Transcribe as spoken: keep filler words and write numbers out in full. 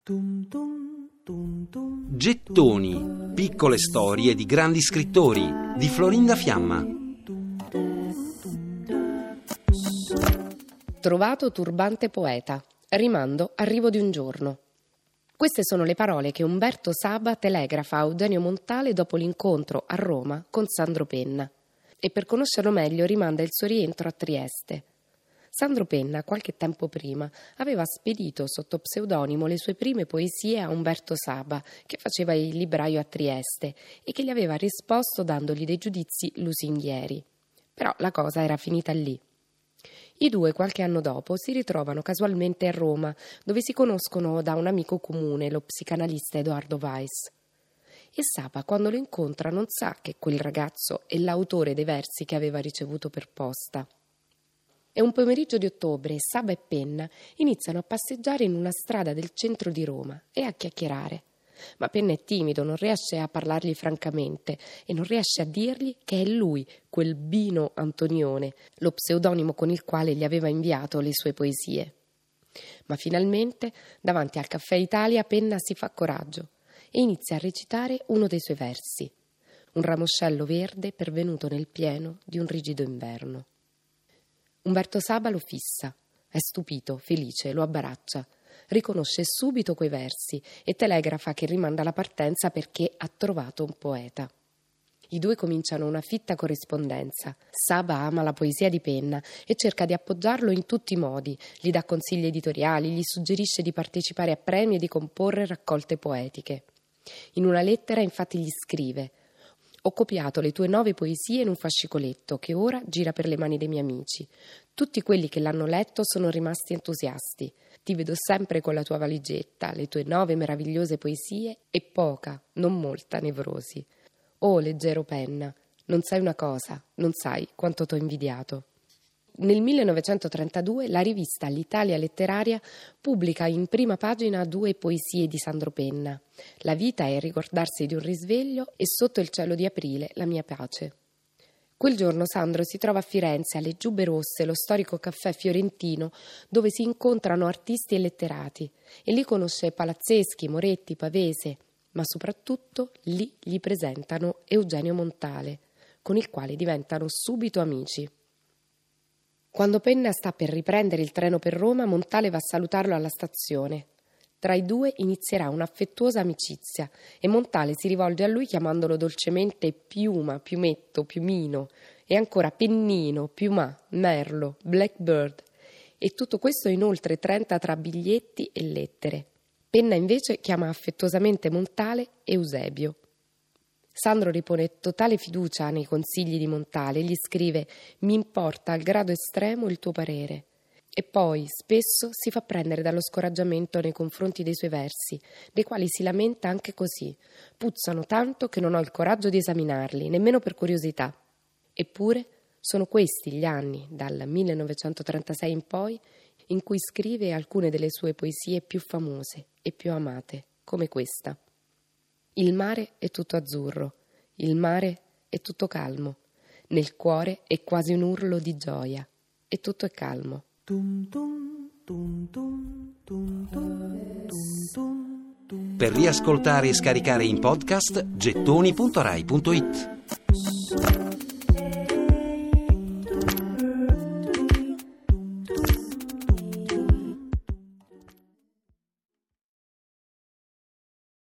Gettoni, piccole storie di grandi scrittori di Florinda Fiamma. Trovato turbante poeta. Rimando arrivo di un giorno. Queste sono le parole che Umberto Saba telegrafa a Eugenio Montale dopo l'incontro a Roma con Sandro Penna. E per conoscerlo meglio rimanda il suo rientro a Trieste. Sandro Penna, qualche tempo prima, aveva spedito sotto pseudonimo le sue prime poesie a Umberto Saba, che faceva il libraio a Trieste, e che gli aveva risposto dandogli dei giudizi lusinghieri. Però la cosa era finita lì. I due, qualche anno dopo, si ritrovano casualmente a Roma, dove si conoscono da un amico comune, lo psicanalista Edoardo Weiss. E Saba, quando lo incontra, non sa che quel ragazzo è l'autore dei versi che aveva ricevuto per posta. È un pomeriggio di ottobre e Saba e Penna iniziano a passeggiare in una strada del centro di Roma e a chiacchierare. Ma Penna è timido, non riesce a parlargli francamente e non riesce a dirgli che è lui, quel Bino Antonione, lo pseudonimo con il quale gli aveva inviato le sue poesie. Ma finalmente, davanti al Caffè Italia, Penna si fa coraggio e inizia a recitare uno dei suoi versi, un ramoscello verde pervenuto nel pieno di un rigido inverno. Umberto Saba lo fissa, è stupito, felice, lo abbraccia, riconosce subito quei versi e telegrafa che rimanda la partenza perché ha trovato un poeta. I due cominciano una fitta corrispondenza. Saba ama la poesia di Penna e cerca di appoggiarlo in tutti i modi, gli dà consigli editoriali, gli suggerisce di partecipare a premi e di comporre raccolte poetiche. In una lettera infatti gli scrive: «Ho copiato le tue nove poesie in un fascicoletto che ora gira per le mani dei miei amici. Tutti quelli che l'hanno letto sono rimasti entusiasti. Ti vedo sempre con la tua valigetta, le tue nove meravigliose poesie e poca, non molta nevrosi. Oh, leggero Penna, non sai una cosa, non sai quanto t'ho invidiato». Nel millenovecentotrentadue la rivista L'Italia Letteraria pubblica in prima pagina due poesie di Sandro Penna, La vita è il ricordarsi di un risveglio e Sotto il cielo di aprile la mia pace. Quel giorno Sandro si trova a Firenze, alle Giubbe Rosse, lo storico caffè fiorentino, dove si incontrano artisti e letterati, e lì conosce Palazzeschi, Moretti, Pavese, ma soprattutto lì gli presentano Eugenio Montale, con il quale diventano subito amici. Quando Penna sta per riprendere il treno per Roma, Montale va a salutarlo alla stazione. Tra i due inizierà un'affettuosa amicizia e Montale si rivolge a lui chiamandolo dolcemente Piuma, Piumetto, Piumino e ancora Pennino, Piumà, Merlo, Blackbird, e tutto questo in oltre trenta tra biglietti e lettere. Penna invece chiama affettuosamente Montale Eusebio. Sandro ripone totale fiducia nei consigli di Montale e gli scrive: «Mi importa al grado estremo il tuo parere». E poi spesso si fa prendere dallo scoraggiamento nei confronti dei suoi versi, dei quali si lamenta anche così: «Puzzano tanto che non ho il coraggio di esaminarli, nemmeno per curiosità». Eppure sono questi gli anni, dal millenovecentotrentasei in poi, in cui scrive alcune delle sue poesie più famose e più amate, come questa. Il mare è tutto azzurro, il mare è tutto calmo, nel cuore è quasi un urlo di gioia, e tutto è calmo. Per riascoltare e scaricare in podcast gettoni punto rai punto it.